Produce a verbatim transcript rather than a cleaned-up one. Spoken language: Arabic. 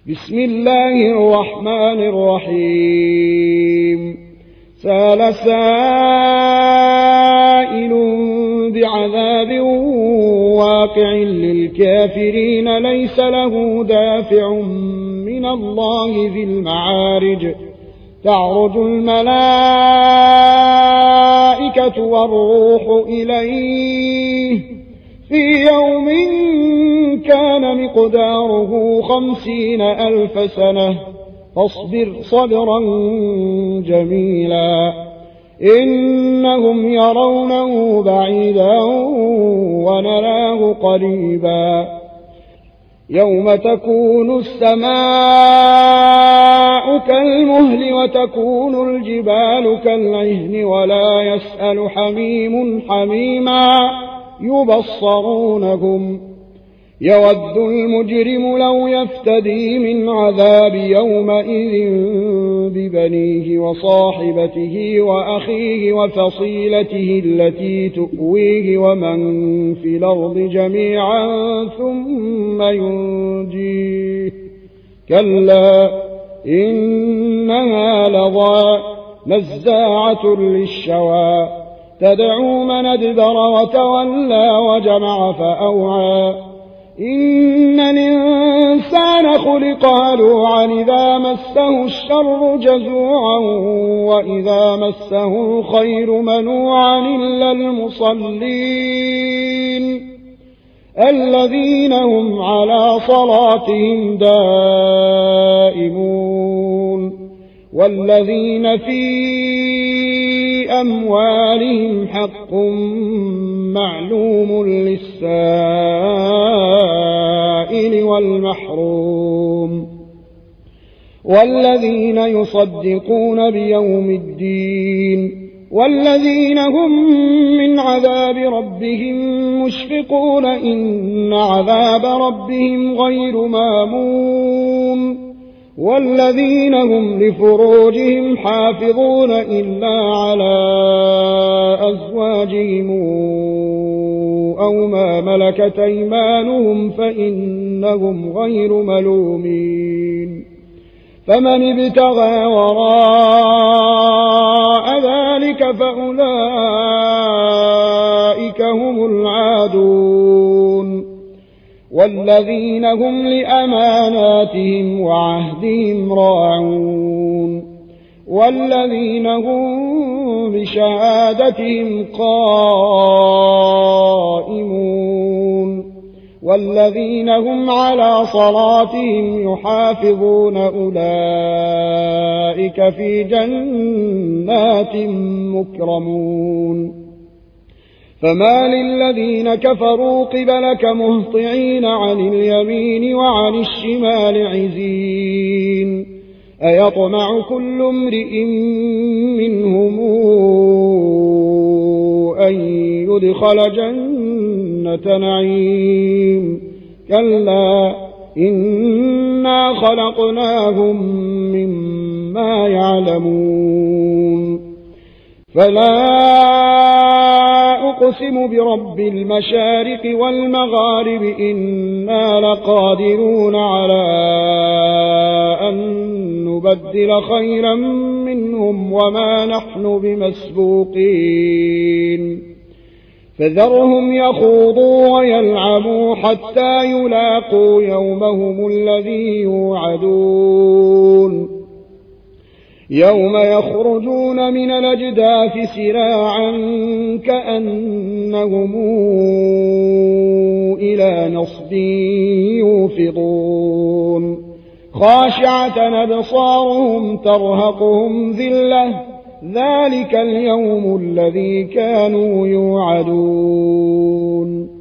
بسم الله الرحمن الرحيم سأل سائل بعذاب واقع للكافرين ليس له دافع من الله ذي المعارج تعرج الملائكة والروح إليه في يوم كان مقداره خمسين ألف سنة فاصبر صبرا جميلا إنهم يرونه بعيدا ونراه قريبا يوم تكون السماء كالمهل وتكون الجبال كالعهن ولا يسأل حميم حميما يبصرونهم يود المجرم لو يفتدي من عذاب يومئذ ببنيه وصاحبته وأخيه وفصيلته التي تؤويه ومن في الأرض جميعا ثم ينجيه كلا إنها لظى نزاعة للشوى تدعو من أدبر وتولى وجمع فأوعى إن الإنسان خلق هلوعا إذا مسه الشر جزوعا وإذا مسه الخير منوعا إلا المصلين الذين هم على صلاتهم دائمون والذين في أموالهم حق معلوم للسائل والمحروم والذين يصدقون بيوم الدين والذين هم من عذاب ربهم مشفقون إن عذاب ربهم غير مامون والذين هم لفروجهم حافظون إلا على أزواجهم أو ما ملكت أيمانهم فإنهم غير ملومين فمن ابتغى وراء ذلك فأولئك هم العادون والذين هم لأماناتهم وعهدهم راعون والذين هم بشهادتهم قائمون والذين هم على صلاتهم يحافظون أولئك في جنات مكرمون فما للذين كفروا قبلك مهطعين عن اليمين وعن الشمال عزين أيطمع كل امرئ منهم أن يدخل جنة نعيم كلا إنا خلقناهم مما يعلمون فلا أقسم برب المشارق والمغارب إنا لقادرون على أن نبدل خيرا منهم وما نحن بمسبوقين فذرهم يخوضوا ويلعبوا حتى يلاقوا يومهم الذي يوعدون يوم يخرجون من الأجداث سراعا كأنهم إلى نصب يوفضون خاشعة أبصارهم ترهقهم ذلة ذلك اليوم الذي كانوا يوعدون